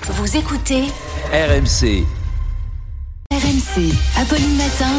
Vous écoutez RMC. RMC, Apolline Matin.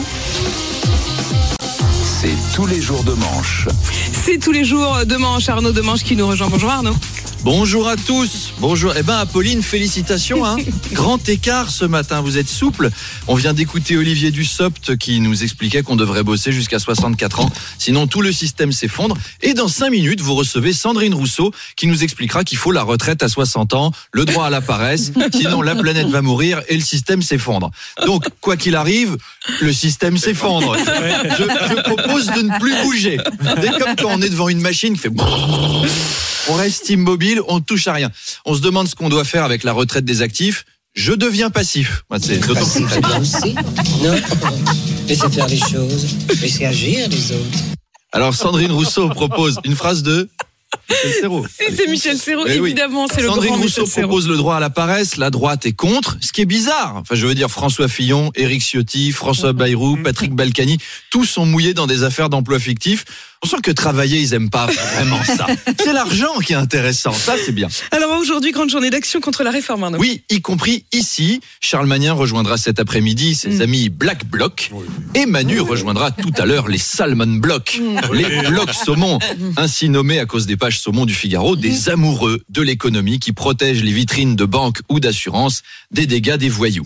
C'est tous les jours de manche. C'est tous les jours de manche. Arnaud Demanche qui nous rejoint. Bonjour Arnaud. Bonjour à tous. Bonjour. Apolline, félicitations. Grand écart ce matin. Vous êtes souple. On vient d'écouter Olivier Dussopt qui nous expliquait qu'on devrait bosser jusqu'à 64 ans. Sinon, tout le système s'effondre. Et dans 5 minutes, vous recevez Sandrine Rousseau qui nous expliquera qu'il faut la retraite à 60 ans, le droit à la paresse. Sinon, la planète va mourir et le système s'effondre. Donc, quoi qu'il arrive, le système s'effondre. Je propose de ne plus bouger. C'est comme quand on est devant une machine qui fait... On reste immobile, on ne touche à rien. On se demande ce qu'on doit faire avec la retraite des actifs. Je deviens passif. C'est d'autant plus C'est bien aussi. Non, laissez faire les choses, laissez agir les autres. Alors Sandrine Rousseau propose une phrase de Michel Serrault. Si c'est Michel Serrault, évidemment, c'est le Sandrine grand Rousseau Michel Serrault. propose le droit à la paresse, la droite est contre, ce qui est bizarre. Enfin, je veux dire, François Fillon, Éric Ciotti, François Bayrou, Patrick Balkany, tous sont mouillés dans des affaires d'emploi fictif. On sent que travailler, ils aiment pas vraiment ça. C'est l'argent qui est intéressant, ça c'est bien. Alors aujourd'hui, grande journée d'action contre la réforme, Arnaud. Oui, y compris ici. Charles Magnin rejoindra cet après-midi ses amis Black Bloc. Et Manu rejoindra tout à l'heure les Salmon Bloc. Les blocs saumon, ainsi nommés à cause des pages saumon du Figaro, des amoureux de l'économie qui protègent les vitrines de banques ou d'assurances des dégâts des voyous.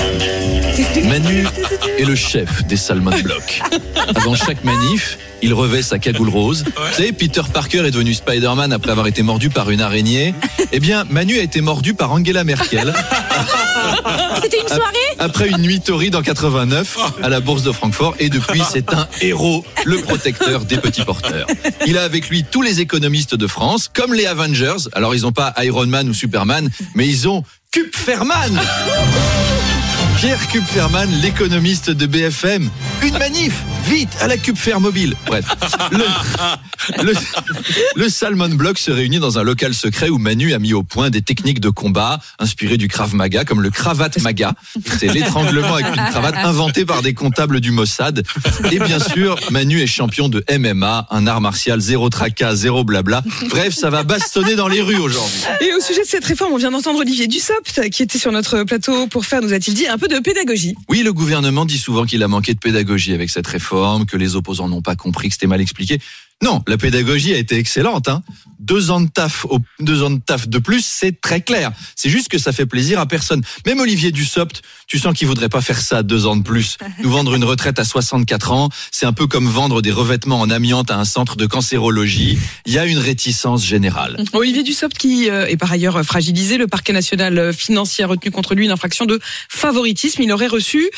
Manu est le chef des Salmon Bloc. Avant chaque manif, il revêt sa cagoule rose. Vous savez, Peter Parker est devenu Spider-Man après avoir été mordu par une araignée. Eh bien, Manu a été mordu par Angela Merkel. C'était une soirée ? Après une nuit torride en 89 à la bourse de Francfort. Et depuis, c'est un héros, le protecteur des petits porteurs. Il a avec lui tous les économistes de France, comme les Avengers. Alors, ils n'ont pas Iron Man ou Superman, mais ils ont Kupferman. Pierre Kupferman, l'économiste de BFM. Une manif, vite, à la Kupfer Mobile. Bref, le Salmon Bloc se réunit dans un local secret où Manu a mis au point des techniques de combat inspirées du Krav Maga, comme le cravate Maga. C'est l'étranglement avec une cravate inventé par des comptables du Mossad. Et bien sûr, Manu est champion de MMA, un art martial, zéro tracas, zéro blabla. Bref, ça va bastonner dans les rues aujourd'hui. Et au sujet de cette réforme, on vient d'entendre Olivier Dussopt qui était sur notre plateau pour faire, nous a-t-il dit, un peu de pédagogie. Oui, le gouvernement dit souvent qu'il a manqué de pédagogie avec cette réforme, que les opposants n'ont pas compris, que c'était mal expliqué. Non, la pédagogie a été excellente. 2 ans de taf de plus, c'est très clair. C'est juste que ça fait plaisir à personne. Même Olivier Dussopt, tu sens qu'il voudrait pas faire ça 2 ans de plus. Nous vendre une retraite à 64 ans, c'est un peu comme vendre des revêtements en amiante à un centre de cancérologie. Il y a une réticence générale. Olivier Dussopt qui est par ailleurs fragilisé. Le parquet national financier a retenu contre lui une infraction de favoritisme. Il avait reçu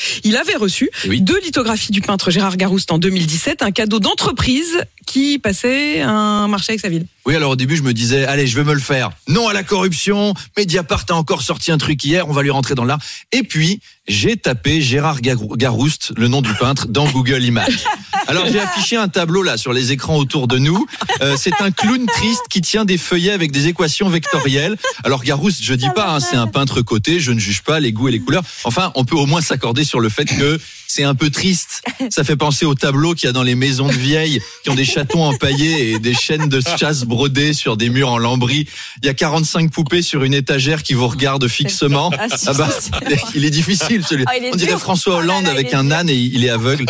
2 lithographies du peintre Gérard Garouste en 2017, un cadeau d'entreprise qui passait un marché avec sa ville. Oui, alors au début, je me disais, allez, je vais me le faire. Non à la corruption, Mediapart a encore sorti un truc hier, on va lui rentrer dans l'art. Et puis, j'ai tapé Gérard Garouste, le nom du peintre, dans Google Images. Alors, j'ai affiché un tableau là sur les écrans autour de nous. C'est un clown triste qui tient des feuillets avec des équations vectorielles. Alors, Garouste, je dis pas, c'est un peintre coté, je ne juge pas les goûts et les couleurs. Enfin, on peut au moins s'accorder sur le fait que c'est un peu triste. Ça fait penser aux tableaux qu'il y a dans les maisons de vieilles qui ont des chatons empaillés et des chaînes de chasse brodées sur des murs en lambris. Il y a 45 poupées sur une étagère qui vous regardent fixement. Il est difficile celui. On dirait François Hollande avec un âne et il est aveugle.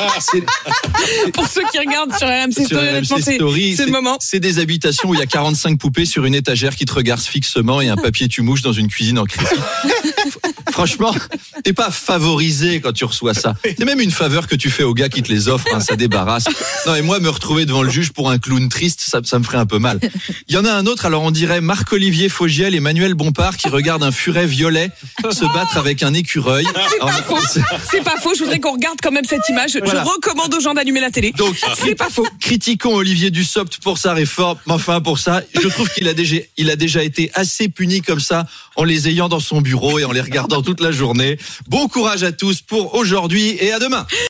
Pour ceux qui regardent sur RMC Story, c'est le moment. C'est des habitations où il y a 45 poupées sur une étagère qui te regardent fixement et un papier tu-mouches dans une cuisine en crépi. Franchement, t'es pas favorisé quand tu reçois ça. C'est même une faveur que tu fais aux gars qui te les offrent, ça débarrasse. Non, et moi, me retrouver devant le juge pour un clown triste, ça me ferait un peu mal. Il y en a un autre, alors on dirait Marc-Olivier Fogiel et Manuel Bompard qui regardent un furet violet se battre avec un écureuil. C'est pas faux, je voudrais qu'on regarde quand même cette image. Voilà. Je recommande aux gens d'allumer la télé. Donc, c'est pas faux. Critiquons Olivier Dussopt pour sa réforme, mais enfin pour ça, je trouve qu'il a déjà été assez puni comme ça en les ayant dans son bureau et en les regardant toute la journée. Bon courage à tous pour aujourd'hui et à demain.